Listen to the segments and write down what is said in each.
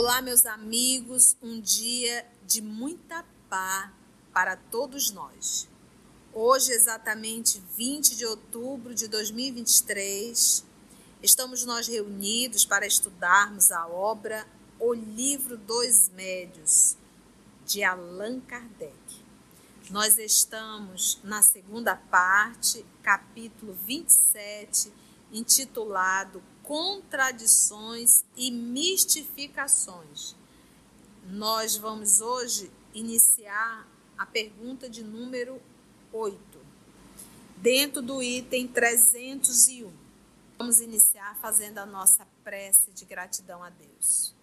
Olá, meus amigos, um dia de muita paz para todos nós. Hoje, exatamente 20 de outubro de 2023, estamos nós reunidos para estudarmos a obra O Livro dos Médios, de Allan Kardec. Nós estamos na segunda parte, capítulo 27, intitulado Contradições e Mistificações. Nós vamos hoje iniciar a pergunta de número 8, dentro do item 301. Vamos iniciar fazendo a nossa prece de gratidão a Deus.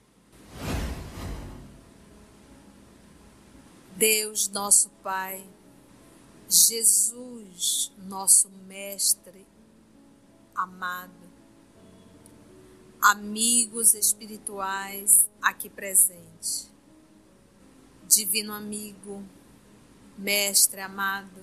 Deus, nosso Pai, Jesus, nosso Mestre amado, amigos espirituais aqui presentes, divino amigo, mestre amado,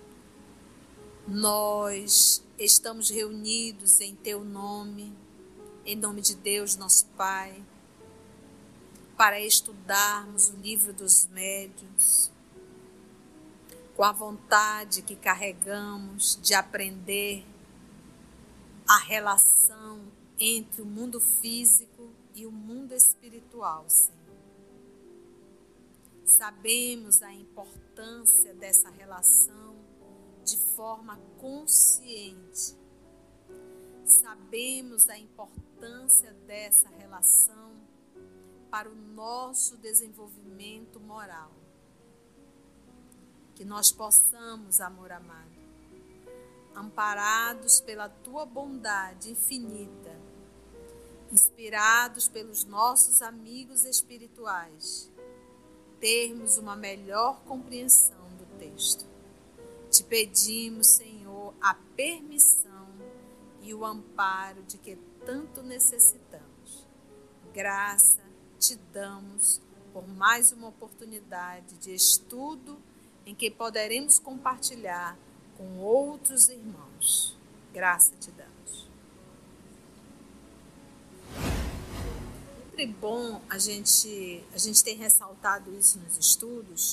nós estamos reunidos em teu nome, em nome de Deus, nosso Pai, para estudarmos o livro dos médiuns, com a vontade que carregamos de aprender a relação entre o mundo físico e o mundo espiritual, Senhor. Sabemos a importância dessa relação de forma consciente. Sabemos a importância dessa relação para o nosso desenvolvimento moral. Que nós possamos, amor amado, amparados pela tua bondade infinita, inspirados pelos nossos amigos espirituais, termos uma melhor compreensão do texto. Te pedimos, Senhor, a permissão e o amparo de que tanto necessitamos. Graça te damos por mais uma oportunidade de estudo em que poderemos compartilhar com outros irmãos. Graça te damos. É bom a gente tem ressaltado isso nos estudos,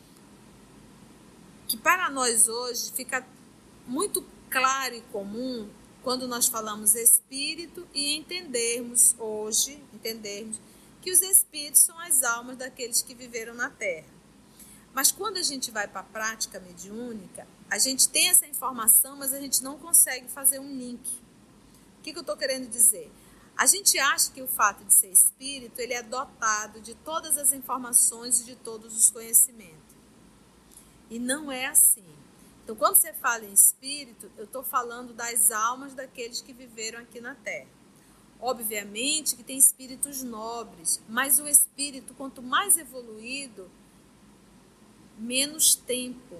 que para nós hoje fica muito claro e comum quando nós falamos espírito e entendermos que os espíritos são as almas daqueles que viveram na Terra. Mas quando a gente vai para a prática mediúnica, a gente tem essa informação, mas a gente não consegue fazer um link. O que eu estou querendo dizer? A gente acha que o fato de ser espírito, ele é dotado de todas as informações e de todos os conhecimentos. E não é assim. Então, quando você fala em espírito, eu estou falando das almas daqueles que viveram aqui na Terra. Obviamente que tem espíritos nobres, mas o espírito, quanto mais evoluído, menos tempo,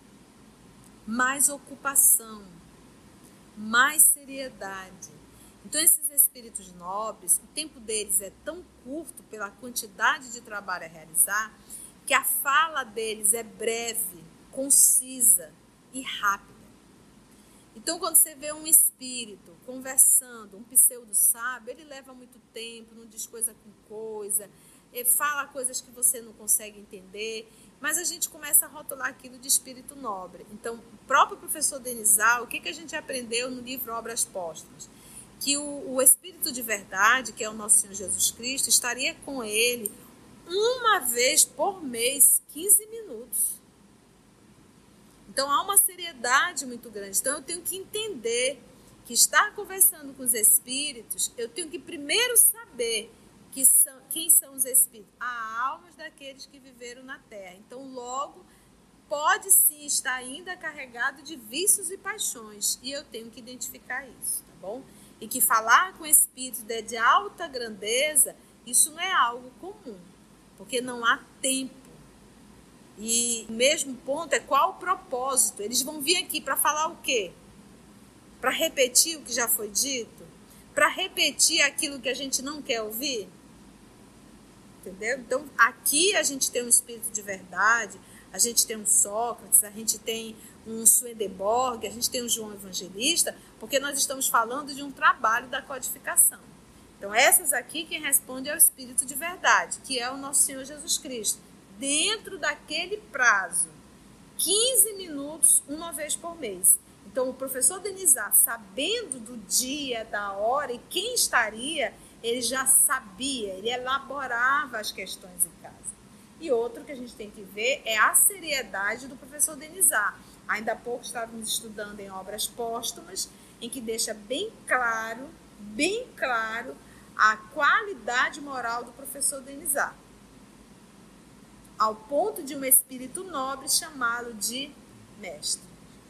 mais ocupação, mais seriedade. Então, esses espíritos nobres, o tempo deles é tão curto pela quantidade de trabalho a realizar, que a fala deles é breve, concisa e rápida. Então, quando você vê um espírito conversando, um pseudo-sábio, ele leva muito tempo, não diz coisa com coisa, ele fala coisas que você não consegue entender, mas a gente começa a rotular aquilo de espírito nobre. Então, o próprio professor Denizal, o que a gente aprendeu no livro Obras Póstumas? Que o Espírito de verdade, que é o nosso Senhor Jesus Cristo, estaria com ele uma vez por mês, 15 minutos. Então, há uma seriedade muito grande. Então, eu tenho que entender que estar conversando com os espíritos, eu tenho que primeiro saber quem são os espíritos. Há almas daqueles que viveram na Terra. Então, logo, pode sim estar ainda carregado de vícios e paixões. E eu tenho que identificar isso, tá bom? E que falar com espíritos de alta grandeza, isso não é algo comum, porque não há tempo. E o mesmo ponto é qual o propósito. Eles vão vir aqui para falar o quê? Para repetir o que já foi dito? Para repetir aquilo que a gente não quer ouvir? Entendeu? Então, aqui a gente tem um espírito de verdade, a gente tem um Sócrates, a gente tem um Swedenborg, a gente tem um João Evangelista, porque nós estamos falando de um trabalho da codificação. Então, essas aqui, quem responde é o Espírito de verdade, que é o nosso Senhor Jesus Cristo. Dentro daquele prazo, 15 minutos, uma vez por mês. Então, o professor Denizar, sabendo do dia, da hora e quem estaria, ele já sabia, ele elaborava as questões em casa. E outro que a gente tem que ver é a seriedade do professor Denizar. Ainda há pouco estávamos estudando em obras póstumas, em que deixa bem claro a qualidade moral do professor Denizar, ao ponto de um espírito nobre chamá-lo de mestre.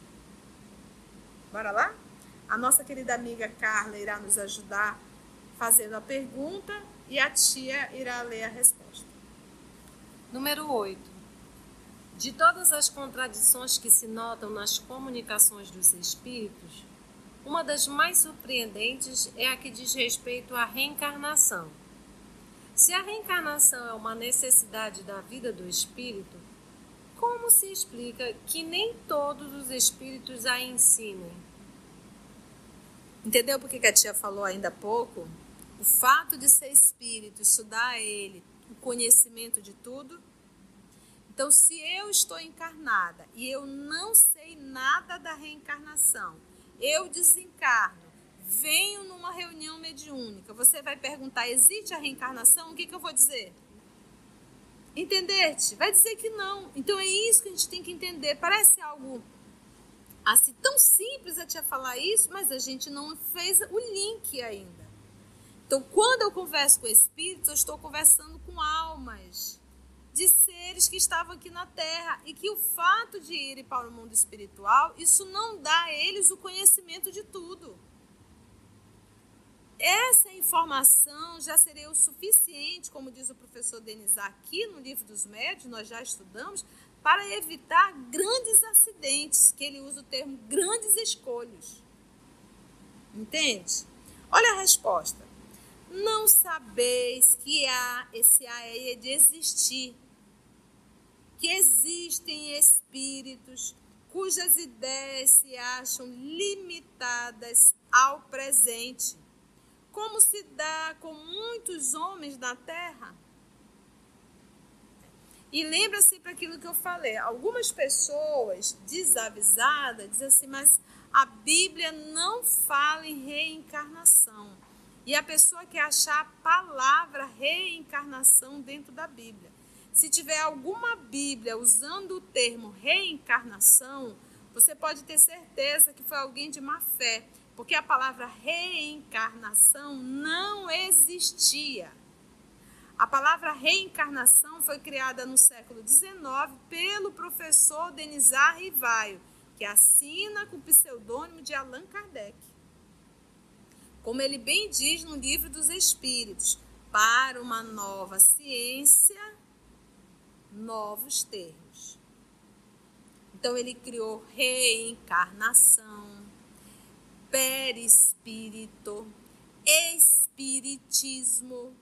Bora lá? A nossa querida amiga Carla irá nos ajudar fazendo a pergunta e a tia irá ler a resposta. Número 8. De todas as contradições que se notam nas comunicações dos espíritos, uma das mais surpreendentes é a que diz respeito à reencarnação. Se a reencarnação é uma necessidade da vida do espírito, como se explica que nem todos os espíritos a ensinem? Entendeu por que a tia falou ainda há pouco? O fato de ser espírito, estudar a ele, o conhecimento de tudo. Então, se eu estou encarnada e eu não sei nada da reencarnação, eu desencarno, venho numa reunião mediúnica, você vai perguntar, existe a reencarnação? O que eu vou dizer? Entendeste? Vai dizer que não. Então é isso que a gente tem que entender. Parece algo assim tão simples a tia falar isso, mas a gente não fez o link ainda. Então, quando eu converso com espíritos, eu estou conversando com almas de seres que estavam aqui na Terra e que o fato de irem para o mundo espiritual, isso não dá a eles o conhecimento de tudo. Essa informação já seria o suficiente, como diz o professor Denizar aqui no livro dos médiuns, nós já estudamos, para evitar grandes acidentes, que ele usa o termo grandes escolhos. Entende? Olha a resposta. Não sabeis que há esse aí de existir, que existem espíritos cujas ideias se acham limitadas ao presente, como se dá com muitos homens na Terra. E lembra sempre aquilo que eu falei, algumas pessoas desavisadas dizem assim, mas a Bíblia não fala em reencarnação. E a pessoa quer achar a palavra reencarnação dentro da Bíblia. Se tiver alguma Bíblia usando o termo reencarnação, você pode ter certeza que foi alguém de má fé, porque a palavra reencarnação não existia. A palavra reencarnação foi criada no século XIX pelo professor Denizar Rivaio, que assina com o pseudônimo de Allan Kardec. Como ele bem diz no Livro dos Espíritos, para uma nova ciência, novos termos. Então ele criou reencarnação, perispírito, espiritismo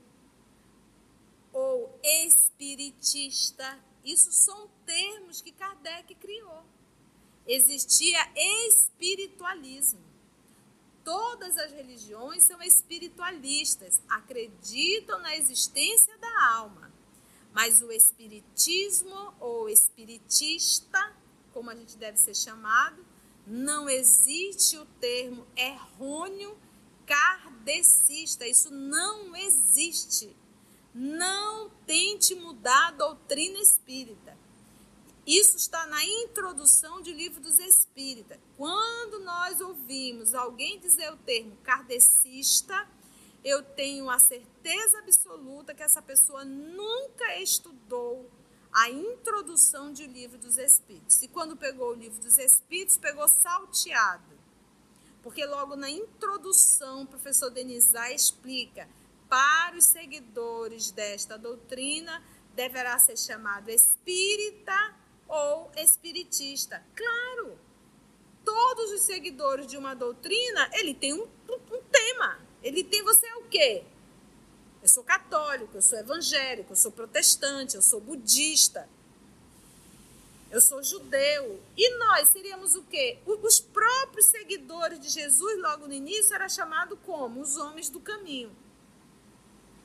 ou espiritista. Isso são termos que Kardec criou. Existia espiritualismo. Todas as religiões são espiritualistas, acreditam na existência da alma. Mas o espiritismo ou espiritista, como a gente deve ser chamado, não existe o termo errôneo kardecista. Isso não existe. Não tente mudar a doutrina espírita. Isso está na introdução do Livro dos Espíritos. Quando nós ouvimos alguém dizer o termo kardecista, eu tenho a certeza absoluta que essa pessoa nunca estudou a introdução do Livro dos Espíritos. E quando pegou o Livro dos Espíritos, pegou salteado. Porque logo na introdução, o professor Denizar explica, para os seguidores desta doutrina, deverá ser chamado espírita ou espiritista. Claro, todos os seguidores de uma doutrina, ele tem um tema. Ele tem, você é o quê? Eu sou católico, eu sou evangélico, eu sou protestante, eu sou budista, eu sou judeu. E nós seríamos o quê? Os próprios seguidores de Jesus, logo no início, era chamado como? Os homens do caminho.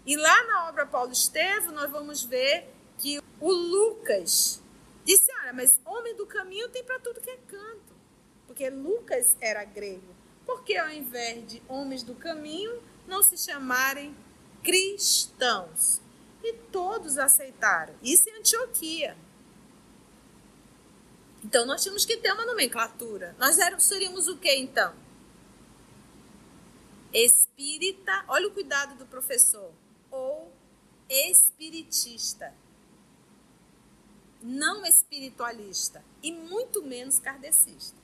E lá na obra Paulo Estevam, nós vamos ver que o Lucas disse, mas homem do caminho tem para tudo que é canto. Porque Lucas era grego. Por que ao invés de homens do caminho, não se chamarem cristãos? E todos aceitaram. Isso em Antioquia. Então, nós tínhamos que ter uma nomenclatura. Nós seríamos o que, então? Espírita, olha o cuidado do professor, ou espiritista. Não espiritualista e muito menos kardecista.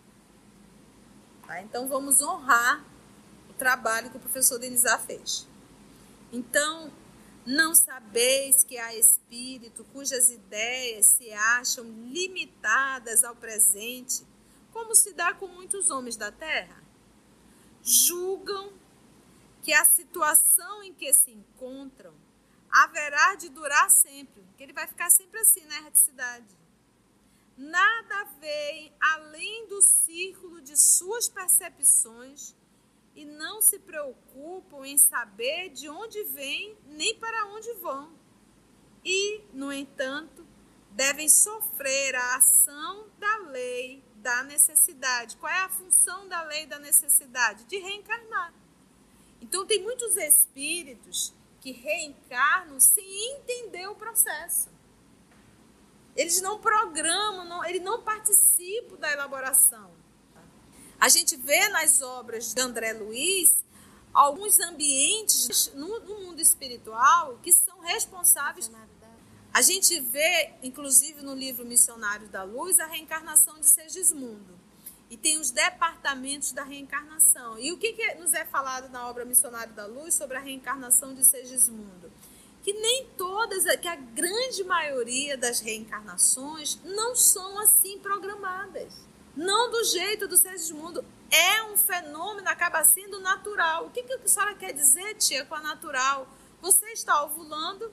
Tá? Então, vamos honrar o trabalho que o professor Denizar fez. Então, não sabeis que há espírito cujas ideias se acham limitadas ao presente, como se dá com muitos homens da terra? Julgam que a situação em que se encontram haverá de durar sempre, que ele vai ficar sempre assim na erraticidade. Nada veem além do círculo de suas percepções e não se preocupam em saber de onde vêm nem para onde vão. E, no entanto, devem sofrer a ação da lei da necessidade. Qual é a função da lei da necessidade? De reencarnar. Então, tem muitos espíritos que reencarnam sem entender o processo. Eles não programam, eles não participam da elaboração. A gente vê nas obras de André Luiz alguns ambientes no mundo espiritual que são responsáveis. A gente vê, inclusive no livro Missionários da Luz, a reencarnação de Segismundo. E tem os departamentos da reencarnação. E o que nos é falado na obra Missionário da Luz sobre a reencarnação de Segismundo? Que nem todas, que a grande maioria das reencarnações não são assim programadas. Não do jeito do Segismundo. É um fenômeno, acaba sendo natural. O que a senhora quer dizer, tia, com a natural? Você está ovulando,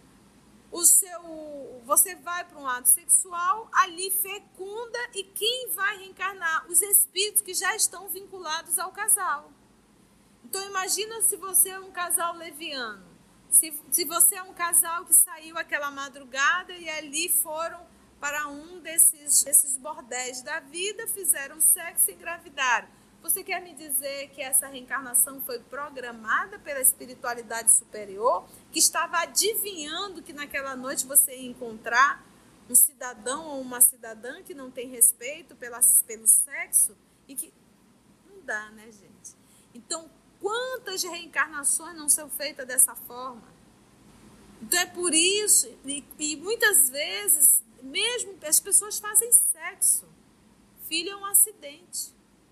você vai para um ato sexual, ali fecunda, e quem vai reencarnar? Os espíritos que já estão vinculados ao casal. Então imagina se você é um casal leviano, se você é um casal que saiu aquela madrugada e ali foram para um desses bordéis da vida, fizeram sexo e engravidaram. Você quer me dizer que essa reencarnação foi programada pela espiritualidade superior, que estava adivinhando que naquela noite você ia encontrar um cidadão ou uma cidadã que não tem respeito pelo sexo? E que não dá, né, gente? Então, quantas reencarnações não são feitas dessa forma? Então, é por isso, e muitas vezes, mesmo as pessoas fazem sexo. Filho é um acidente.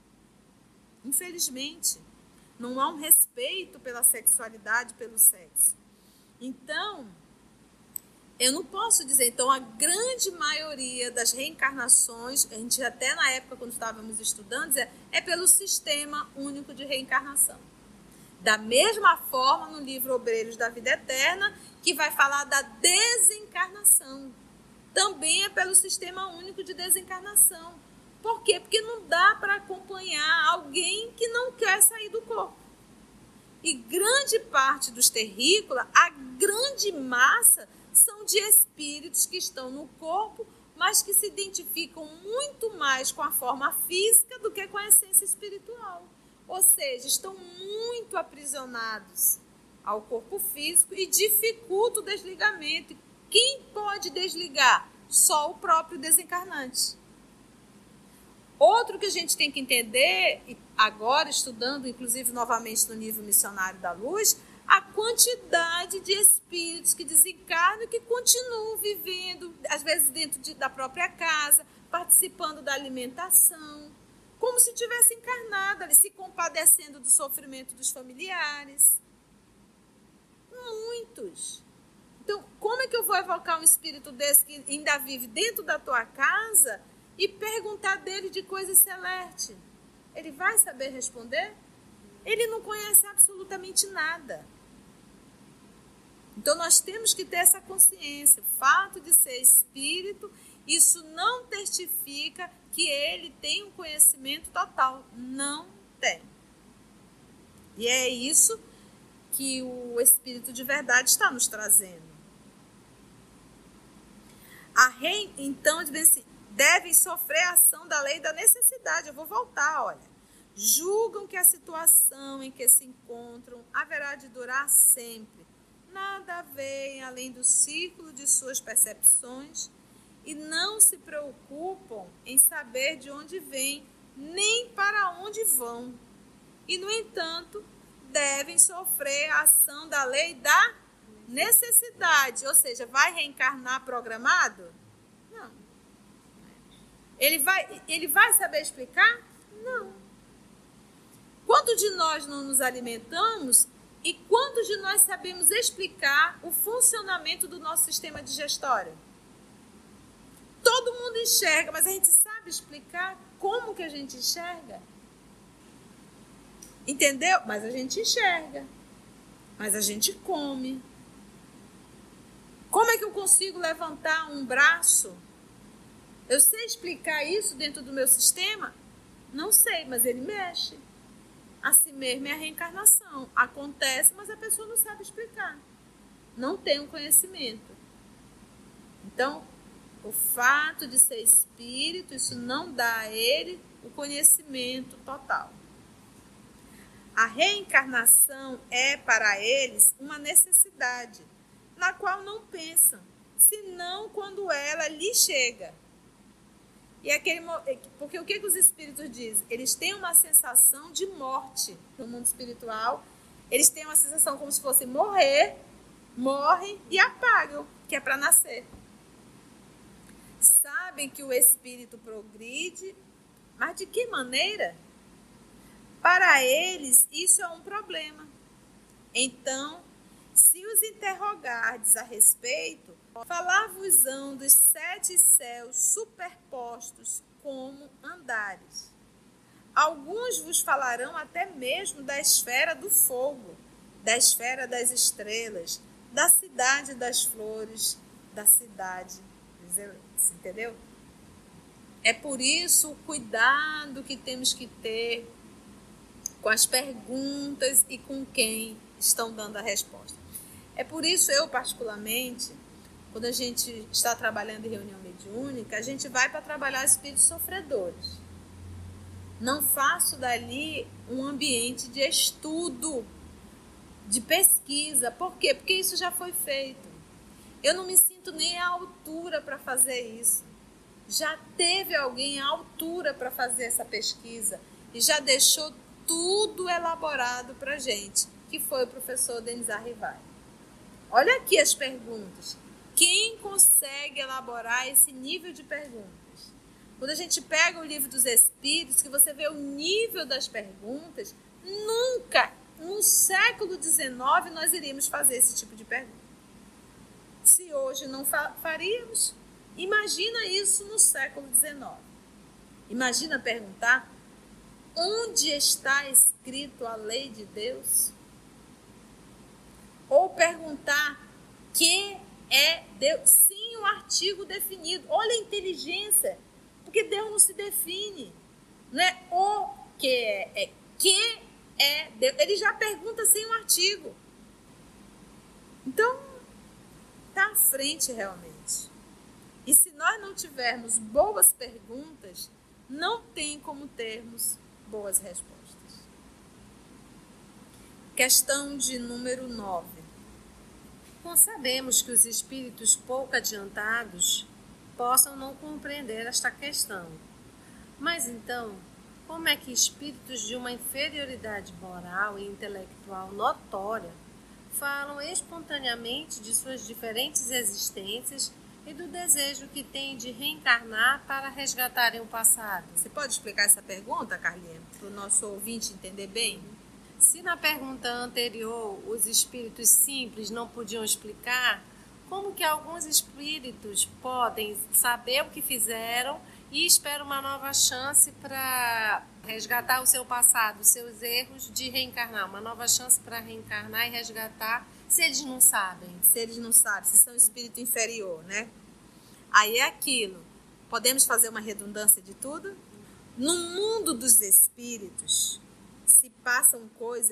Infelizmente, não há um respeito pela sexualidade, pelo sexo. Então, eu não posso dizer, então a grande maioria das reencarnações, a gente até na época quando estávamos estudando, é pelo sistema único de reencarnação. Da mesma forma, no livro Obreiros da Vida Eterna, que vai falar da desencarnação. Também é pelo sistema único de desencarnação. Por quê? Porque não dá para acompanhar alguém que não quer sair do corpo. E grande parte dos terrícolas, a grande massa, são de espíritos que estão no corpo, mas que se identificam muito mais com a forma física do que com a essência espiritual. Ou seja, estão muito aprisionados ao corpo físico e dificulta o desligamento. Quem pode desligar? Só o próprio desencarnante. Outro que a gente tem que entender, agora estudando, inclusive novamente no livro Missionário da Luz, a quantidade de espíritos que desencarnam e que continuam vivendo, às vezes dentro da própria casa, participando da alimentação, como se tivesse encarnado ali, se compadecendo do sofrimento dos familiares. Muitos. Então, como é que eu vou evocar um espírito desse que ainda vive dentro da tua casa e perguntar dele de coisas celestes? Ele vai saber responder? Ele não conhece absolutamente nada. Então, nós temos que ter essa consciência. O fato de ser espírito, isso não testifica que ele tem um conhecimento total. Não tem. E é isso que o Espírito de verdade está nos trazendo. Então, devem sofrer a ação da lei da necessidade. Eu vou voltar, olha. Julgam que a situação em que se encontram haverá de durar sempre. Nada veem além do círculo de suas percepções e não se preocupam em saber de onde vêm, nem para onde vão. E, no entanto, devem sofrer a ação da lei da necessidade. Ou seja, vai reencarnar programado? Não. Ele vai saber explicar? Não. Quantos de nós não nos alimentamos e quantos de nós sabemos explicar o funcionamento do nosso sistema digestório? Todo mundo enxerga, mas a gente sabe explicar como que a gente enxerga? Entendeu? Mas a gente enxerga. Mas a gente come. Como é que eu consigo levantar um braço? Eu sei explicar isso dentro do meu sistema? Não sei, mas ele mexe. Assim mesmo é a reencarnação. Acontece, mas a pessoa não sabe explicar. Não tem um conhecimento. Então, o fato de ser espírito, isso não dá a ele o conhecimento total. A reencarnação é para eles uma necessidade, na qual não pensam, senão quando ela lhe chega. Porque o que os espíritos dizem? Eles têm uma sensação de morte no mundo espiritual. Eles têm uma sensação como se fosse morrem e apagam, que é para nascer. Sabem que o espírito progride, mas de que maneira? Para eles, isso é um problema. Então, se os interrogardes a respeito, falar-vos-ão dos 7 céus superpostos como andares. Alguns vos falarão até mesmo da esfera do fogo, da esfera das estrelas, da cidade das flores, da cidade dos eleitos. Entendeu? É por isso o cuidado que temos que ter com as perguntas e com quem estão dando a resposta. É por isso eu, particularmente, quando a gente está trabalhando em reunião mediúnica, a gente vai para trabalhar espíritos sofredores. Não faço dali um ambiente de estudo, de pesquisa. Por quê? Porque isso já foi feito. Eu não me sinto nem à altura para fazer isso. Já teve alguém à altura para fazer essa pesquisa e já deixou tudo elaborado para a gente, que foi o professor Denis Arrivai. Olha aqui as perguntas. Quem consegue elaborar esse nível de perguntas? Quando a gente pega o livro dos Espíritos, que você vê o nível das perguntas, nunca, no século XIX, nós iríamos fazer esse tipo de pergunta. Se hoje não faríamos, imagina isso no século XIX. Imagina perguntar: onde está escrito a lei de Deus? Ou perguntar: que é Deus? Sim, o artigo definido. Olha a inteligência, porque Deus não se define. Não é o que é que é Deus. Ele já pergunta sem um artigo. Então, está à frente realmente. E se nós não tivermos boas perguntas, não tem como termos boas respostas. Questão de número 9. Concebemos que os espíritos pouco adiantados possam não compreender esta questão. Mas então, como é que espíritos de uma inferioridade moral e intelectual notória falam espontaneamente de suas diferentes existências e do desejo que têm de reencarnar para resgatarem o passado? Você pode explicar essa pergunta, Carlinha, para o nosso ouvinte entender bem? Se na pergunta anterior os espíritos simples não podiam explicar, como que alguns espíritos podem saber o que fizeram e esperam uma nova chance para resgatar o seu passado, os seus erros de reencarnar, uma nova chance para reencarnar e resgatar, se eles não sabem? Se eles não sabem, se são espírito inferior, né? Aí é aquilo. Podemos fazer uma redundância de tudo? No mundo dos espíritos se passam coisas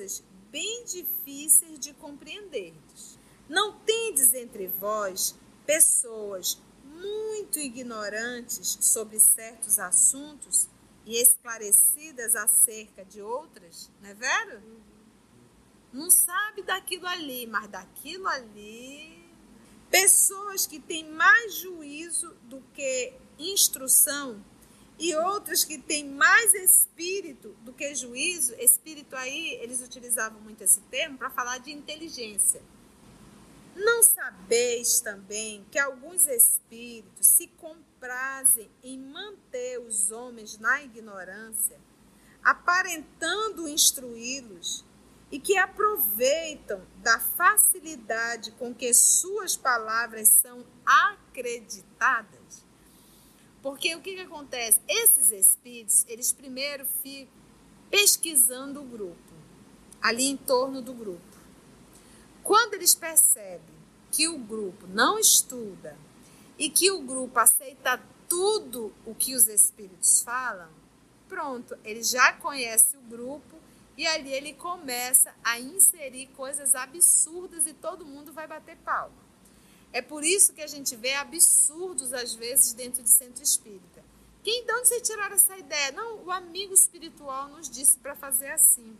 bem difíceis de compreenderdes. Não tendes entre vós pessoas muito ignorantes sobre certos assuntos e esclarecidas acerca de outras, não é verdade? Não sabe daquilo ali, mas daquilo ali... Pessoas que têm mais juízo do que instrução e outras que têm mais espírito do que juízo. Espírito aí, eles utilizavam muito esse termo para falar de inteligência. Não sabeis também que alguns espíritos se comprazem em manter os homens na ignorância, aparentando instruí-los, e que aproveitam da facilidade com que suas palavras são acreditadas? Porque o que acontece? Esses espíritos, eles primeiro ficam pesquisando o grupo, ali em torno do grupo. Quando eles percebem que o grupo não estuda e que o grupo aceita tudo o que os espíritos falam, pronto, ele já conhece o grupo e ali ele começa a inserir coisas absurdas e todo mundo vai bater palma. É por isso que a gente vê absurdos, às vezes, dentro de centro espírita. De onde vocês tiraram essa ideia? Não, o amigo espiritual nos disse para fazer assim.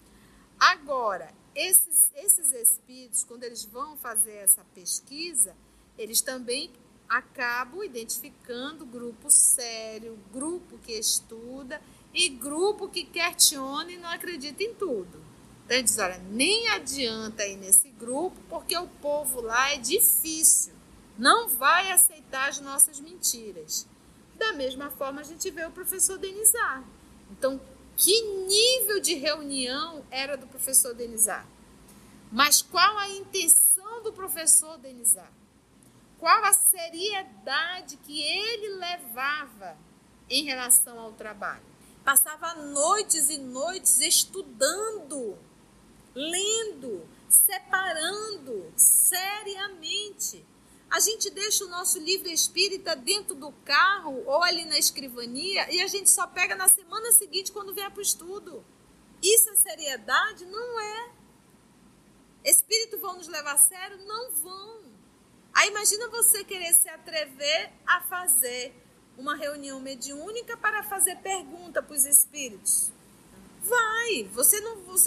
Agora, esses espíritos, quando eles vão fazer essa pesquisa, eles também acabam identificando grupo sério, grupo que estuda e grupo que questiona e não acredita em tudo. Então, ele diz, olha, nem adianta ir nesse grupo, porque o povo lá é difícil, não vai aceitar as nossas mentiras. Da mesma forma, a gente vê o professor Denizar. Então, que nível de reunião era do professor Denizar? Mas qual a intenção do professor Denizar? Qual a seriedade que ele levava em relação ao trabalho? Passava noites e noites estudando, lendo, separando seriamente. A gente deixa o nosso livro espírita dentro do carro ou ali na escrivania e a gente só pega na semana seguinte quando vier para o estudo. Isso é seriedade? Não é. Espíritos vão nos levar a sério? Não vão. Aí imagina você querer se atrever a fazer uma reunião mediúnica para fazer pergunta para os espíritos. Vai, você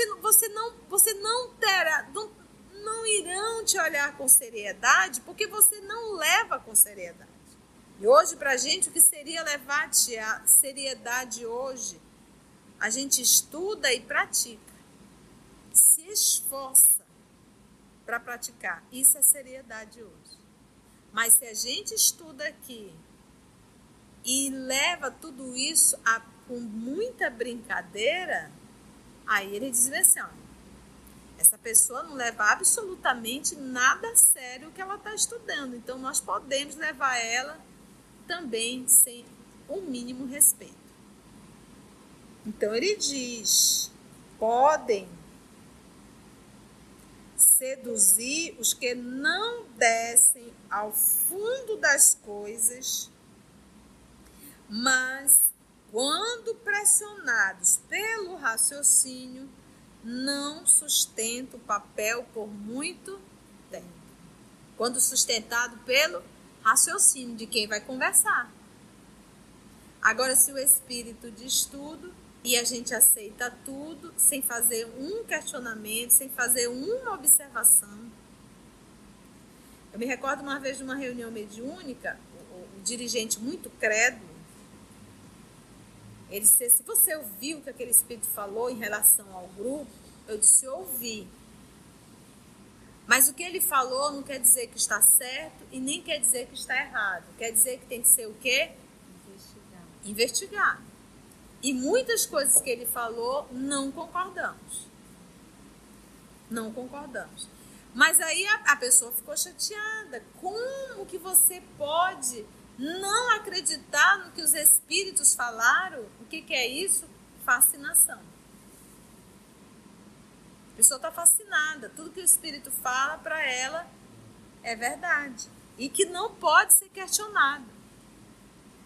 não terá, não irão te olhar com seriedade, porque você não leva com seriedade. E hoje, para a gente, o que seria levar-te a seriedade hoje? A gente estuda e pratica. Se esforça para praticar. Isso é seriedade hoje. Mas se a gente estuda aqui e leva tudo isso com muita brincadeira, aí ele diz assim, ó, essa pessoa não leva absolutamente nada a sério o que ela está estudando. Então, nós podemos levar ela também sem o mínimo respeito. Então, ele diz, podem seduzir os que não descem ao fundo das coisas, mas, quando pressionados pelo raciocínio, não sustenta o papel por muito tempo. Quando sustentado pelo raciocínio de quem vai conversar. Agora, se o espírito diz tudo e a gente aceita tudo, sem fazer um questionamento, sem fazer uma observação. Eu me recordo uma vez de uma reunião mediúnica, o dirigente muito crédulo, ele disse assim, você ouviu o que aquele espírito falou em relação ao grupo? Eu disse, ouvi. Mas o que ele falou não quer dizer que está certo e nem quer dizer que está errado. Quer dizer que tem que ser o quê? Investigar. E muitas coisas que ele falou, não concordamos. Não concordamos. Mas aí a pessoa ficou chateada. Como que você pode não acreditar no que os espíritos falaram? O que é isso? Fascinação. A pessoa está fascinada. Tudo que o espírito fala para ela é verdade. E que não pode ser questionado.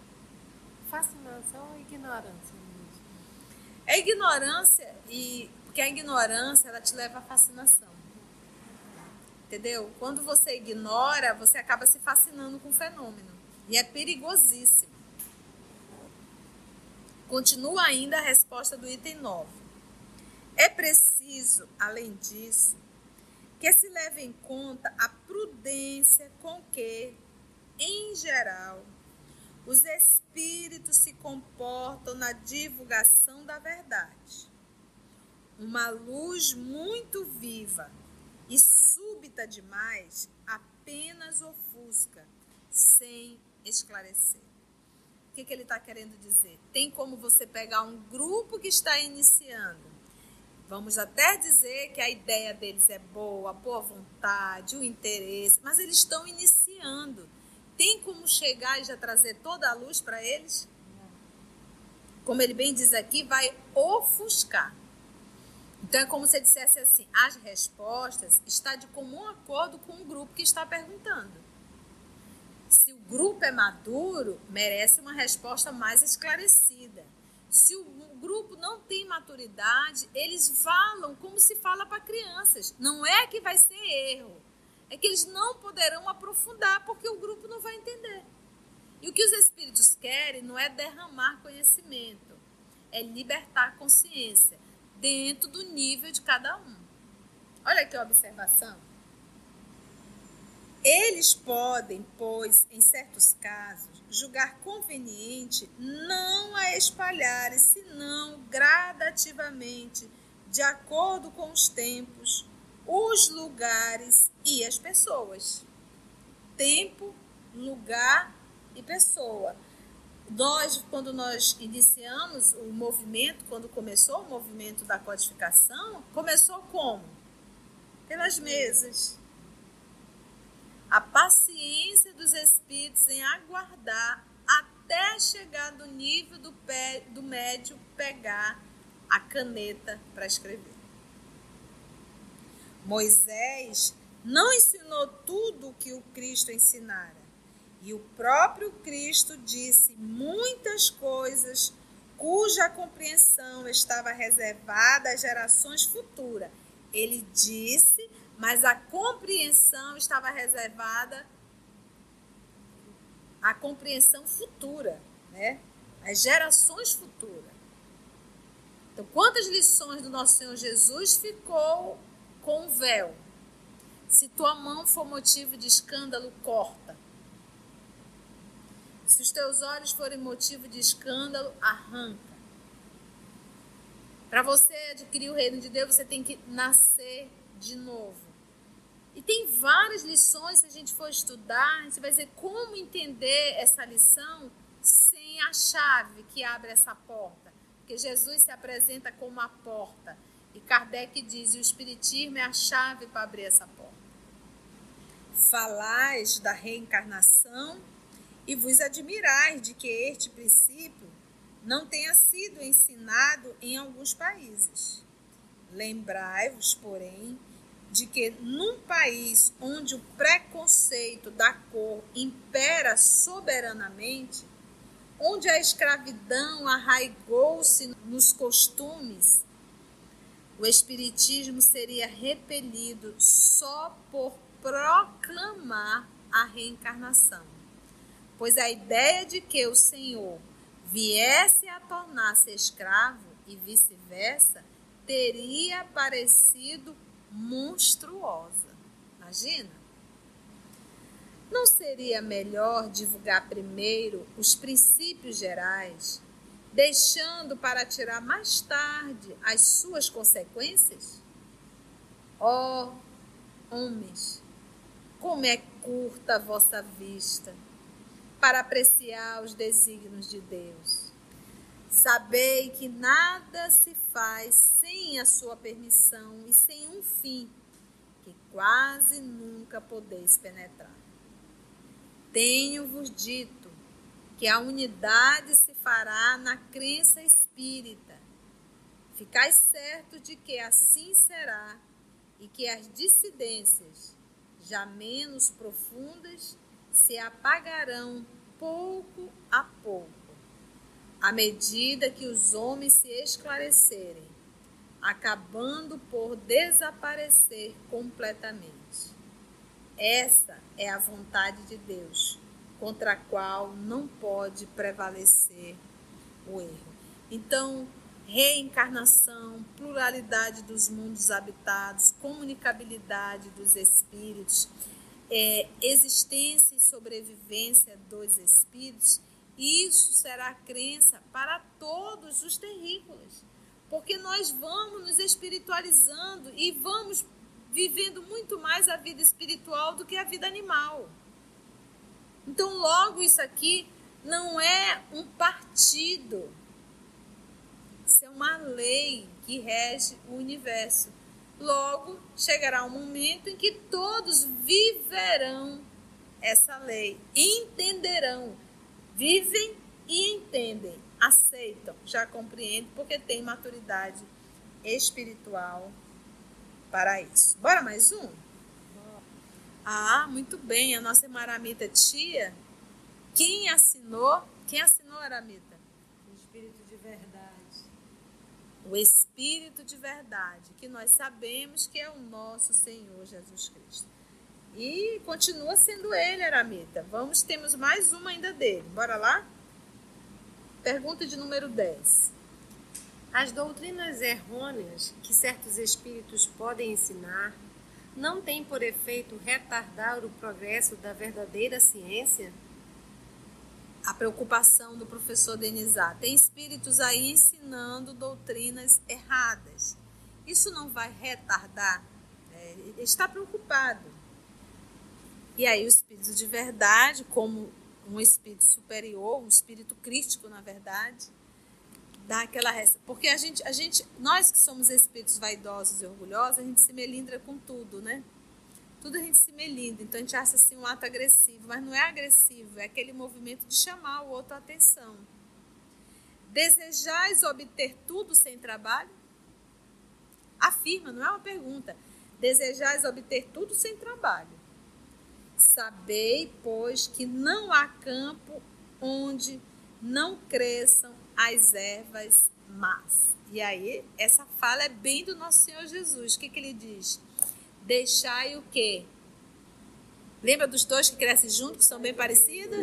Fascinação ou ignorância mesmo? É ignorância, Porque a ignorância, ela te leva à fascinação. Entendeu? Quando você ignora, você acaba se fascinando com o fenômeno. E é perigosíssimo. Continua ainda a resposta do item 9. É preciso, além disso, que se leve em conta a prudência com que, em geral, os espíritos se comportam na divulgação da verdade. Uma luz muito viva e súbita demais apenas ofusca, sem esclarecer. O que ele está querendo dizer? Tem como você pegar um grupo que está iniciando, vamos até dizer que a ideia deles é boa, a boa vontade, o interesse, mas eles estão iniciando. Tem como chegar e já trazer toda a luz para eles? Como ele bem diz aqui, vai ofuscar. Então é como se dissesse assim, as respostas estão de comum acordo com o grupo que está perguntando. Se o grupo é maduro, merece uma resposta mais esclarecida. Se o grupo não tem maturidade, eles falam como se fala para crianças. Não é que vai ser erro, é que eles não poderão aprofundar porque o grupo não vai entender. E o que os espíritos querem não é derramar conhecimento, é libertar a consciência dentro do nível de cada um. Olha aqui a observação. Eles podem, pois, em certos casos, julgar conveniente não a espalharem, senão gradativamente, de acordo com os tempos, os lugares e as pessoas. Tempo, lugar e pessoa. Quando nós iniciamos o movimento, quando começou o movimento da codificação, começou como? Pelas mesas. A paciência dos espíritos em aguardar até chegar no nível do médium pegar a caneta para escrever. Moisés não ensinou tudo o que o Cristo ensinara. E o próprio Cristo disse muitas coisas cuja compreensão estava reservada às gerações futuras. Ele disse, mas a compreensão estava reservada à compreensão futura, né? Às gerações futuras. Então, quantas lições do nosso Senhor Jesus ficou com o véu? Se tua mão for motivo de escândalo, corta. Se os teus olhos forem motivo de escândalo, arranca. Para você adquirir o reino de Deus, você tem que nascer de novo. E tem várias lições, se a gente for estudar, a gente vai dizer como entender essa lição sem a chave que abre essa porta. Porque Jesus se apresenta como a porta. E Kardec diz, e o Espiritismo é a chave para abrir essa porta. Falais da reencarnação e vos admirais de que este princípio não tenha sido ensinado em alguns países. Lembrai-vos, porém, de que num país onde o preconceito da cor impera soberanamente, onde a escravidão arraigou-se nos costumes, o espiritismo seria repelido só por proclamar a reencarnação. Pois a ideia de que o Senhor viesse a tornar-se escravo e vice-versa teria parecido monstruosa. Imagina? Não seria melhor divulgar primeiro os princípios gerais, deixando para tirar mais tarde as suas consequências? Ó, homens, como é curta a vossa vista para apreciar os desígnios de Deus. Sabei que nada se faz sem a sua permissão e sem um fim, que quase nunca podeis penetrar. Tenho-vos dito que a unidade se fará na crença espírita. Ficai certo de que assim será e que as dissidências, já menos profundas, se apagarão pouco a pouco, à medida que os homens se esclarecerem, acabando por desaparecer completamente. Essa é a vontade de Deus, contra a qual não pode prevalecer o erro. Então, reencarnação, pluralidade dos mundos habitados, comunicabilidade dos espíritos, existência e sobrevivência dos espíritos, isso será crença para todos os terrícolas, porque nós vamos nos espiritualizando e vamos vivendo muito mais a vida espiritual do que a vida animal. Então, logo, isso aqui não é um partido, isso é uma lei que rege o universo. Logo, chegará um momento em que todos viverão essa lei, entenderão, vivem e entendem, aceitam, já compreendem, porque tem maturidade espiritual para isso. Bora mais um? Ah, muito bem, a nossa Maramita tia. Quem assinou, Aramita? O Espírito de Verdade. O Espírito de Verdade, que nós sabemos que é o nosso Senhor Jesus Cristo. E continua sendo ele, Aramita. Temos mais uma ainda dele. Bora lá? Pergunta de número 10. As doutrinas errôneas que certos espíritos podem ensinar não têm por efeito retardar o progresso da verdadeira ciência? A preocupação do professor Denizar. Tem espíritos aí ensinando doutrinas erradas. Isso não vai retardar? Ele está preocupado. E aí o espírito de verdade, como um espírito superior, um espírito crítico, na verdade, dá aquela resta. Porque nós que somos espíritos vaidosos e orgulhosos, a gente se melindra com tudo, né? Tudo a gente se melindra, então a gente acha assim um ato agressivo, mas não é agressivo, é aquele movimento de chamar o outro a atenção. Desejais obter tudo sem trabalho? Afirma, não é uma pergunta. Desejais obter tudo sem trabalho. Sabei, pois, que não há campo onde não cresçam as ervas más. E aí, essa fala é bem do nosso Senhor Jesus. O que ele diz? Deixai o quê? Lembra dos dois que crescem juntos, que são bem parecidos?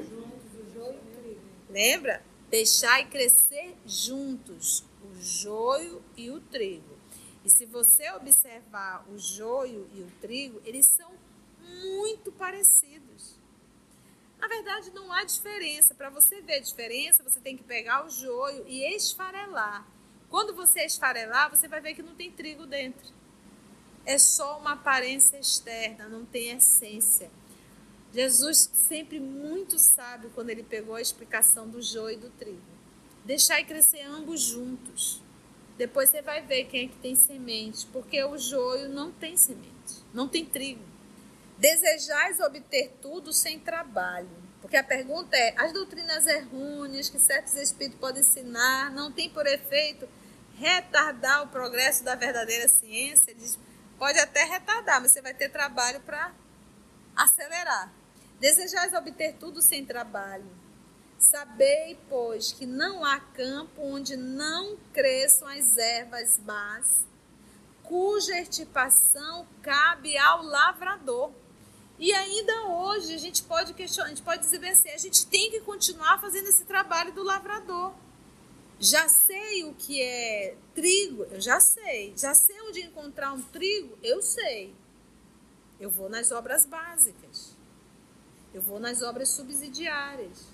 Lembra? Deixai crescer juntos o joio e o trigo. E se você observar o joio e o trigo, eles são muito parecidos. Na verdade, não há diferença. Para você ver a diferença, você tem que pegar o joio e esfarelar. Quando você esfarelar, você vai ver que não tem trigo dentro. É só uma aparência externa, não tem essência. Jesus sempre muito sábio quando ele pegou a explicação do joio e do trigo. Deixai crescer ambos juntos. Depois você vai ver quem é que tem semente, porque o joio não tem semente, não tem trigo. Desejais obter tudo sem trabalho. Porque a pergunta é, as doutrinas errôneas que certos espíritos podem ensinar não tem por efeito retardar o progresso da verdadeira ciência? Ele diz, pode até retardar, mas você vai ter trabalho para acelerar. Desejais obter tudo sem trabalho. Sabei, pois, que não há campo onde não cresçam as ervas más, cuja extirpação cabe ao lavrador. E ainda hoje a gente pode questionar, a gente pode dizer bem assim, a gente tem que continuar fazendo esse trabalho do lavrador. Já sei o que é trigo, eu já sei onde encontrar um trigo, eu sei. Eu vou nas obras básicas, eu vou nas obras subsidiárias.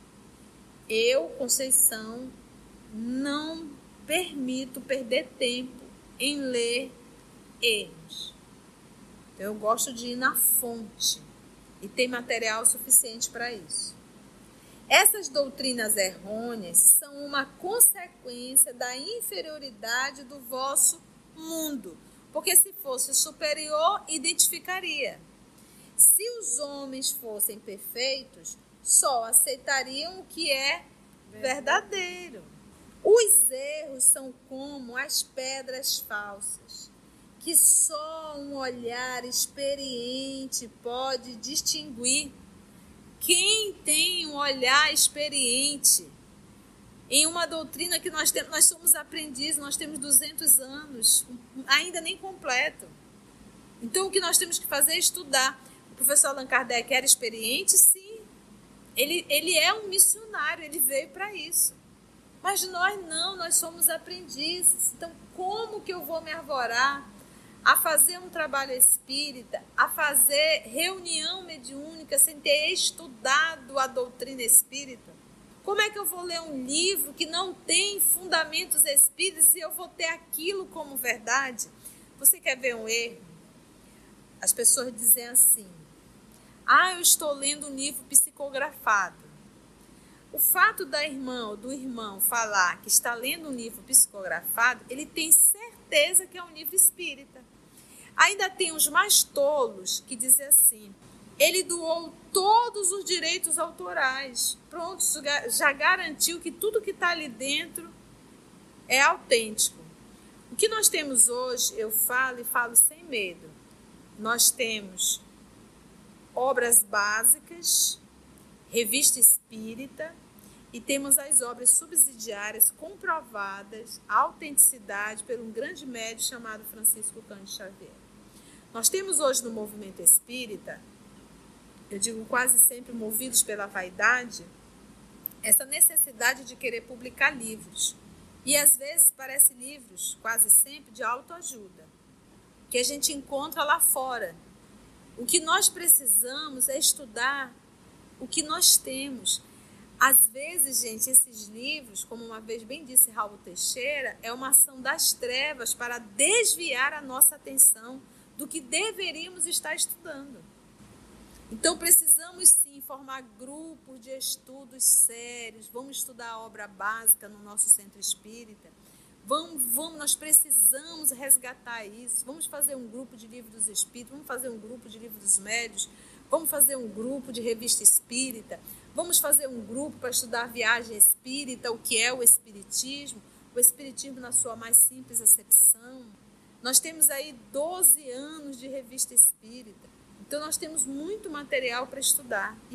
Eu, Conceição, não permito perder tempo em ler erros. Então, eu gosto de ir na fonte e tem material suficiente para isso. Essas doutrinas errôneas são uma consequência da inferioridade do vosso mundo, porque se fosse superior, identificaria. Se os homens fossem perfeitos, só aceitariam o que é verdadeiro. Os erros são como as pedras falsas, que só um olhar experiente pode distinguir. Quem tem um olhar experiente em uma doutrina que nós somos aprendizes, nós temos 200 anos, ainda nem completo. Então, o que nós temos que fazer é estudar. O professor Allan Kardec era experiente? Sim. Ele é um missionário, ele veio para isso. Mas nós não, nós somos aprendizes. Então, como que eu vou me arvorar a fazer um trabalho espírita, a fazer reunião mediúnica sem ter estudado a doutrina espírita? Como é que eu vou ler um livro que não tem fundamentos espíritas e eu vou ter aquilo como verdade? Você quer ver um erro? As pessoas dizem assim: eu estou lendo um livro psicografado. O fato da irmã ou do irmão falar que está lendo um livro psicografado, ele tem certeza que é um livro espírita. Ainda tem os mais tolos que dizem assim: ele doou todos os direitos autorais. Pronto, já garantiu que tudo que está ali dentro é autêntico. O que nós temos hoje, eu falo e falo sem medo. Nós temos obras básicas, revista espírita, e temos as obras subsidiárias comprovadas, a autenticidade por um grande médium chamado Francisco Cândido Xavier. Nós temos hoje no movimento espírita, eu digo quase sempre movidos pela vaidade, essa necessidade de querer publicar livros. E às vezes parece livros, quase sempre, de autoajuda, que a gente encontra lá fora. O que nós precisamos é estudar o que nós temos. Às vezes, gente, esses livros, como uma vez bem disse Raul Teixeira, é uma ação das trevas para desviar a nossa atenção do que deveríamos estar estudando. Então, precisamos sim formar grupos de estudos sérios. Vamos estudar a obra básica no nosso centro espírita. Nós precisamos resgatar isso. Vamos fazer um grupo de livro dos espíritos, vamos fazer um grupo de livro dos médios, vamos fazer um grupo de revista espírita, vamos fazer um grupo para estudar a viagem espírita, o que é o espiritismo na sua mais simples acepção. Nós temos aí 12 anos de revista espírita. Então, nós temos muito material para estudar e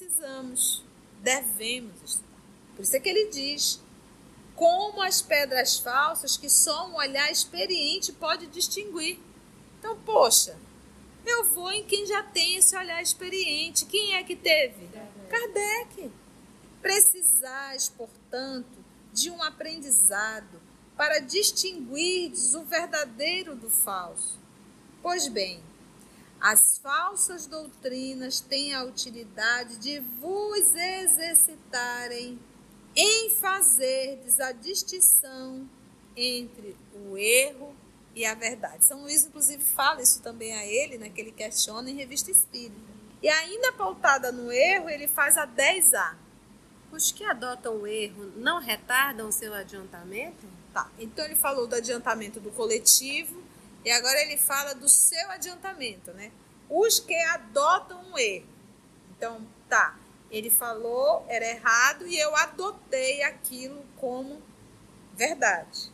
devemos estudar. Por isso é que ele diz: como as pedras falsas que só um olhar experiente pode distinguir. Então, poxa, eu vou em quem já tem esse olhar experiente. Quem é que teve? Kardec. Precisais, portanto, de um aprendizado para distinguirdes o verdadeiro do falso. Pois bem, as falsas doutrinas têm a utilidade de vos exercitarem em fazerdes a distinção entre o erro e a verdade. São Luís, inclusive, fala isso também a ele, né, que ele questiona em Revista Espírita. E ainda pautada no erro, ele faz a 10A. Os que adotam o erro não retardam o seu adiantamento? Tá, então ele falou do adiantamento do coletivo e agora ele fala do seu adiantamento, né? Os que adotam um erro. Então, tá, ele falou, era errado e eu adotei aquilo como verdade.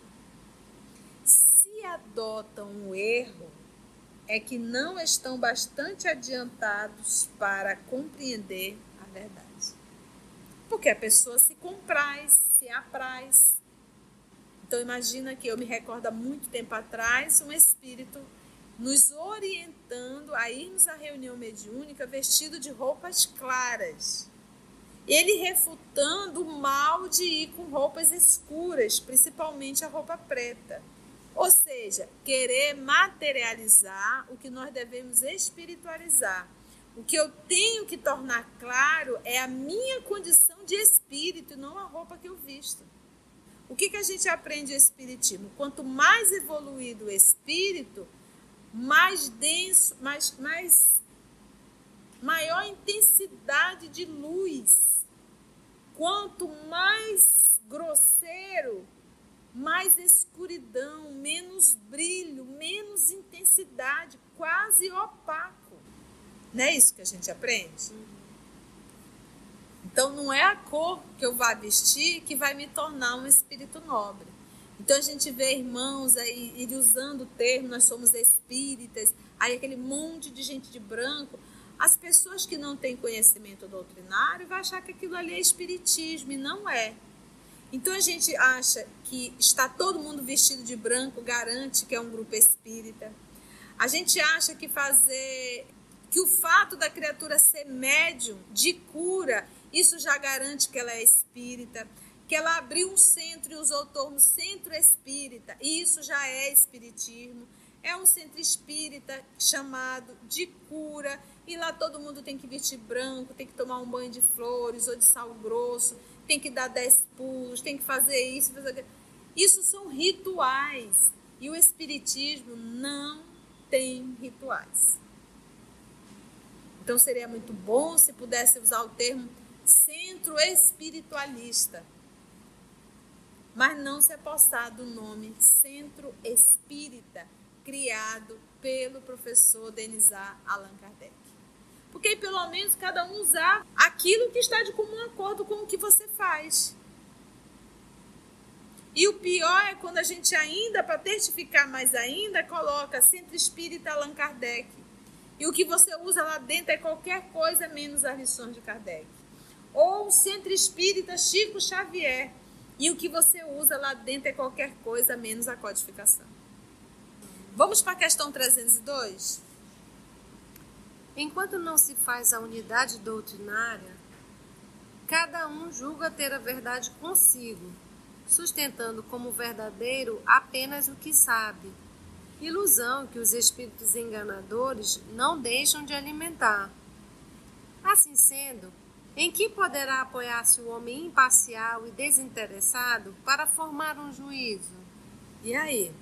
Se adotam um erro, é que não estão bastante adiantados para compreender a verdade. Porque a pessoa se compraz, se apraz. Então, imagina que eu me recordo há muito tempo atrás, um espírito nos orientando a irmos à reunião mediúnica vestido de roupas claras. Ele refutando o mal de ir com roupas escuras, principalmente a roupa preta. Ou seja, querer materializar o que nós devemos espiritualizar. O que eu tenho que tornar claro é a minha condição de espírito, não a roupa que eu visto. O que a gente aprende no espiritismo? Quanto mais evoluído o espírito, mais denso, maior intensidade de luz. Quanto mais grosseiro, mais escuridão, menos brilho, menos intensidade, quase opaco. Não é isso que a gente aprende? Então, não é a cor que eu vá vestir que vai me tornar um espírito nobre. Então, a gente vê irmãos aí ele usando o termo, nós somos espíritas, aí aquele monte de gente de branco. As pessoas que não têm conhecimento doutrinário vão achar que aquilo ali é espiritismo, e não é. Então a gente acha que está todo mundo vestido de branco garante que é um grupo espírita. A gente acha que o fato da criatura ser médium de cura, isso já garante que ela é espírita, que ela abriu um centro e usou o termo centro espírita, e isso já é espiritismo. É um centro espírita chamado de cura, e lá todo mundo tem que vestir branco, tem que tomar um banho de flores ou de sal grosso, tem que dar 10 pulos, tem que fazer isso, fazer aquilo. Isso são rituais, e o espiritismo não tem rituais. Então seria muito bom se pudesse usar o termo centro espiritualista, mas não se apossar do nome centro espírita, criado pelo professor Denisar Allan Kardec. Porque aí pelo menos cada um usar aquilo que está de comum acordo com o que você faz. E o pior é quando a gente ainda, para testificar mais ainda, coloca Centro Espírita Allan Kardec. E o que você usa lá dentro é qualquer coisa menos as lições de Kardec. Ou Centro Espírita Chico Xavier. E o que você usa lá dentro é qualquer coisa menos a codificação. Vamos para a questão 302? Enquanto não se faz a unidade doutrinária, cada um julga ter a verdade consigo, sustentando como verdadeiro apenas o que sabe, ilusão que os espíritos enganadores não deixam de alimentar. Assim sendo, em que poderá apoiar-se o homem imparcial e desinteressado para formar um juízo? E aí?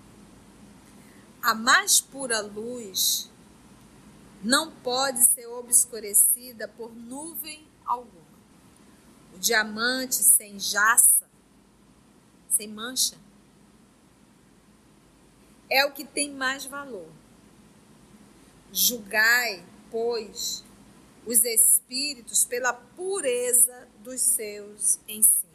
A mais pura luz não pode ser obscurecida por nuvem alguma. O diamante sem jaça, sem mancha, é o que tem mais valor. Julgai, pois, os espíritos pela pureza dos seus ensinos.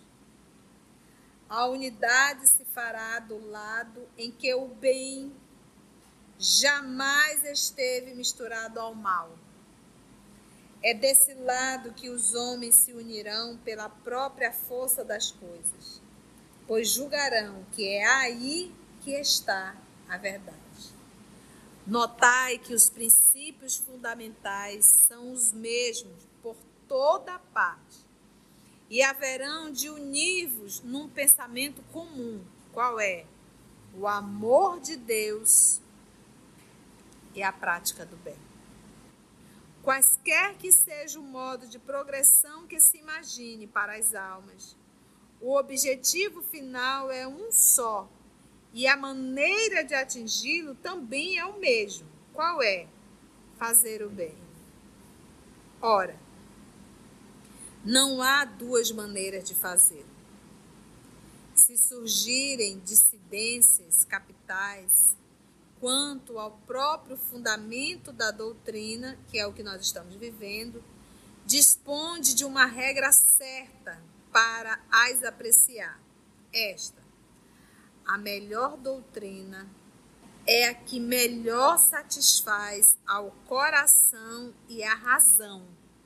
A unidade se fará do lado em que o bem jamais esteve misturado ao mal. É desse lado que os homens se unirão pela própria força das coisas, pois julgarão que é aí que está a verdade. Notai que os princípios fundamentais são os mesmos por toda parte, e haverão de unir-vos num pensamento comum. Qual é? O amor de Deus e a prática do bem. Quaisquer que seja o modo de progressão que se imagine para as almas, o objetivo final é um só, e a maneira de atingi-lo também é o mesmo. Qual é? Fazer o bem. Ora, não há duas maneiras de fazer. Se surgirem dissidências capitais quanto ao próprio fundamento da doutrina, que é o que nós estamos vivendo, dispõe de uma regra certa para as apreciar. Esta: a melhor doutrina é a que melhor satisfaz ao coração e à razão,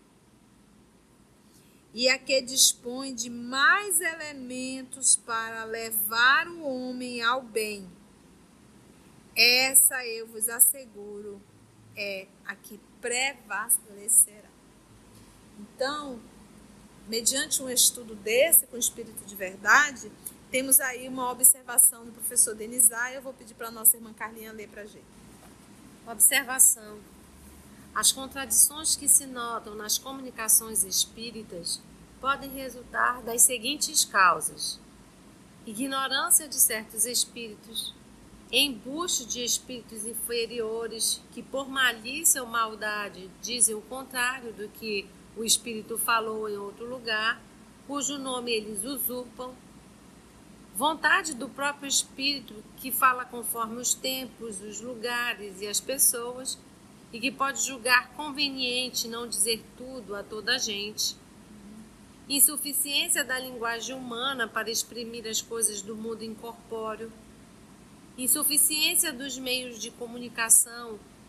e a que dispõe de mais elementos para levar o homem ao bem. Essa, eu vos asseguro, é a que prevalecerá. Então, mediante um estudo desse, com o espírito de verdade, temos aí uma observação do professor Denisar, e eu vou pedir para a nossa irmã Carlinha ler para a gente. Observação. As contradições que se notam nas comunicações espíritas podem resultar das seguintes causas: ignorância de certos espíritos, embuste de espíritos inferiores que por malícia ou maldade dizem o contrário do que o espírito falou em outro lugar, cujo nome eles usurpam, vontade do próprio espírito que fala conforme os tempos, os lugares e as pessoas, e que pode julgar conveniente não dizer tudo a toda a gente, insuficiência da linguagem humana para exprimir as coisas do mundo incorpóreo, insuficiência dos meios de comunicação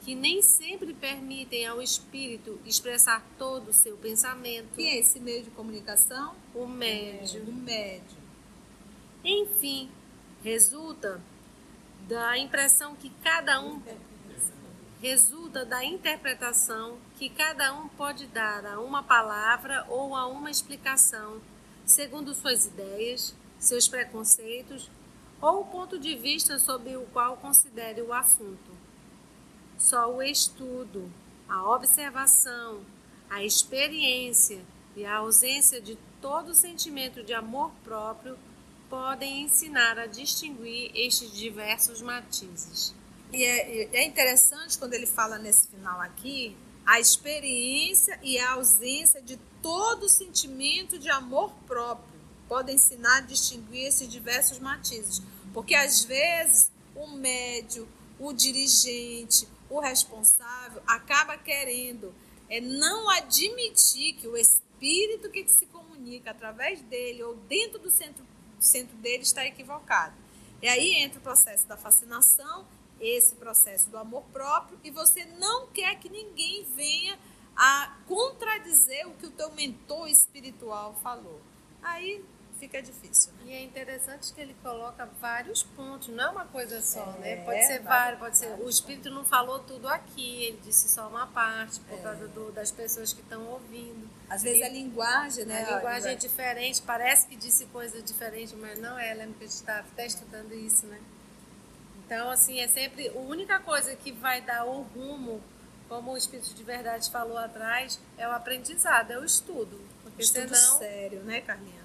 que nem sempre permitem ao espírito expressar todo o seu pensamento. Quem é esse meio de comunicação? O médium. O médium. Enfim, resulta da impressão que cada um resulta da interpretação que cada um pode dar a uma palavra ou a uma explicação, segundo suas ideias, seus preconceitos ou o ponto de vista sob o qual considere o assunto. Só o estudo, a observação, a experiência e a ausência de todo sentimento de amor próprio podem ensinar a distinguir estes diversos matizes. E é interessante quando ele fala nesse final aqui, a experiência e a ausência de todo sentimento de amor próprio podem ensinar a distinguir esses diversos matizes. Porque às vezes o médium, o dirigente, o responsável acaba querendo não admitir que o espírito que se comunica através dele ou dentro do centro dele está equivocado. E aí entra o processo da fascinação, esse processo do amor próprio, e você não quer que ninguém venha a contradizer o que o teu mentor espiritual falou. Aí fica difícil, né? E é interessante que ele coloca vários pontos, não é uma coisa só, né? Pode ser vários, pode ser. O espírito não falou tudo aqui, ele disse só uma parte, por causa das pessoas que estão ouvindo. Às vezes a linguagem, né? A linguagem é diferente, parece que disse coisa diferente, mas não é. Lembra que a gente está até estudando isso, né? Então, assim, é sempre a única coisa que vai dar o rumo, como o Espírito de Verdade falou atrás, é o aprendizado, é o estudo. Porque estudo senão... sério, né, Carlinha?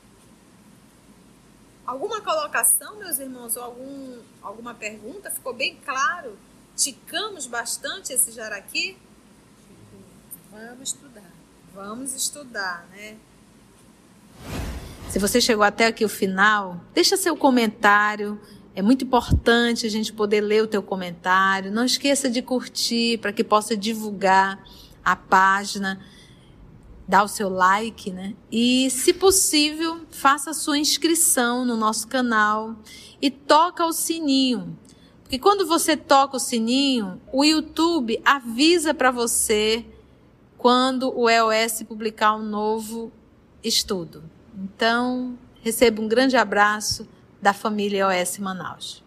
Alguma colocação, meus irmãos, ou alguma pergunta? Ficou bem claro? Ticamos bastante esse jaraqui? Vamos estudar. Vamos estudar, né? Se você chegou até aqui o final, deixa seu comentário. É muito importante a gente poder ler o teu comentário. Não esqueça de curtir para que possa divulgar a página. Dá o seu like, né? E, se possível, faça a sua inscrição no nosso canal e toca o sininho. Porque quando você toca o sininho, o YouTube avisa para você quando o EOS publicar um novo estudo. Então, receba um grande abraço da família EOS Manaus.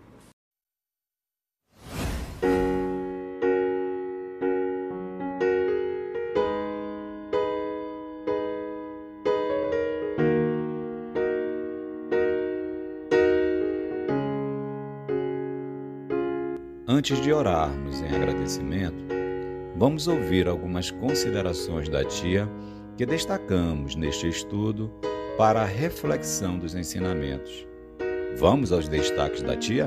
Antes de orarmos em agradecimento, vamos ouvir algumas considerações da tia que destacamos neste estudo para a reflexão dos ensinamentos. Vamos aos destaques da tia?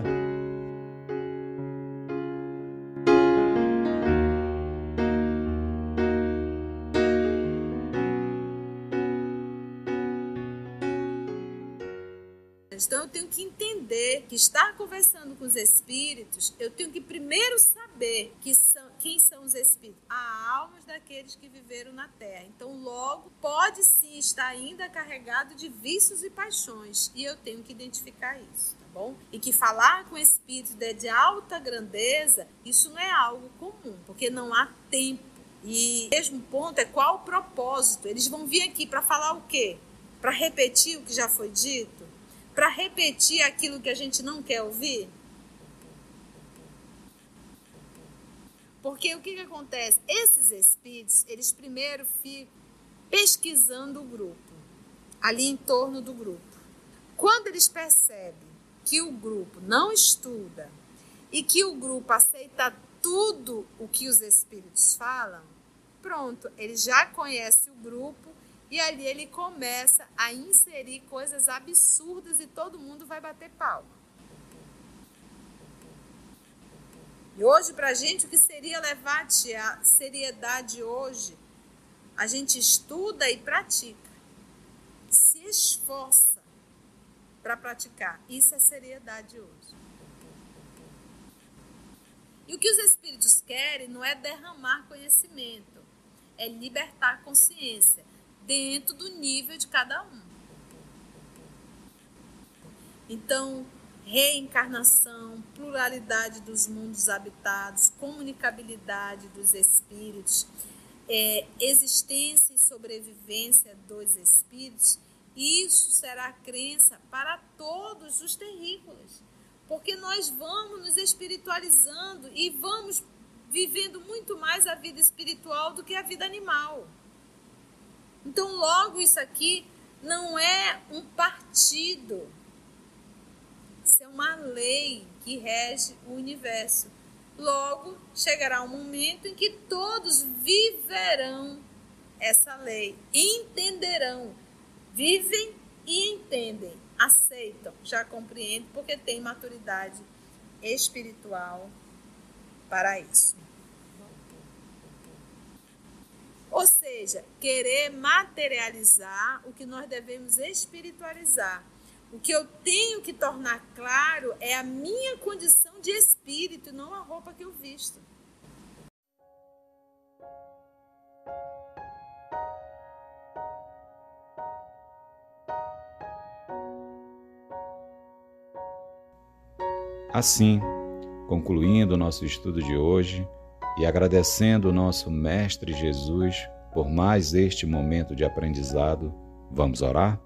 Então eu tenho que entender que estar conversando com os espíritos, eu tenho que primeiro saber quem são os espíritos. Há almas daqueles que viveram na Terra. Então logo pode sim estar ainda carregado de vícios e paixões. E eu tenho que identificar isso, tá bom? E que falar com espíritos de alta grandeza, isso não é algo comum, porque não há tempo. E o mesmo ponto é qual o propósito. Eles vão vir aqui para falar o quê? Para repetir o que já foi dito? Para repetir aquilo que a gente não quer ouvir? Porque o que acontece? Esses espíritos, eles primeiro ficam pesquisando o grupo, ali em torno do grupo. Quando eles percebem que o grupo não estuda e que o grupo aceita tudo o que os espíritos falam, pronto, ele já conhece o grupo. E ali ele começa a inserir coisas absurdas e todo mundo vai bater palma. E hoje, para a gente, o que seria levar a seriedade hoje? A gente estuda e pratica. Se esforça para praticar. Isso é seriedade hoje. E o que os espíritos querem não é derramar conhecimento, é libertar a consciência dentro do nível de cada um. Então, reencarnação, pluralidade dos mundos habitados, comunicabilidade dos espíritos, existência e sobrevivência dos espíritos, isso será crença para todos os terrícolas, porque nós vamos nos espiritualizando e vamos vivendo muito mais a vida espiritual do que a vida animal. Então, logo, isso aqui não é um partido, isso é uma lei que rege o universo. Logo, chegará um momento em que todos viverão essa lei, entenderão, vivem e entendem, aceitam, já compreendem, porque tem maturidade espiritual para isso. Ou seja, querer materializar o que nós devemos espiritualizar. O que eu tenho que tornar claro é a minha condição de espírito, não a roupa que eu visto. Assim, concluindo o nosso estudo de hoje e agradecendo o nosso Mestre Jesus por mais este momento de aprendizado, vamos orar?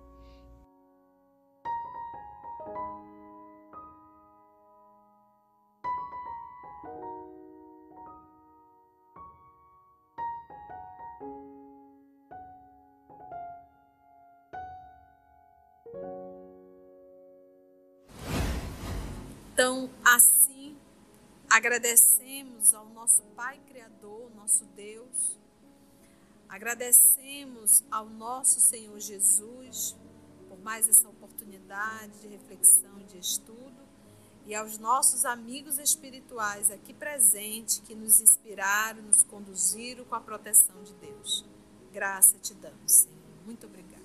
Então, assim, agradecemos ao nosso Pai Criador, nosso Deus, agradecemos ao nosso Senhor Jesus por mais essa oportunidade de reflexão e de estudo e aos nossos amigos espirituais aqui presentes que nos inspiraram, nos conduziram com a proteção de Deus. Graça te damos, Senhor. Muito obrigada.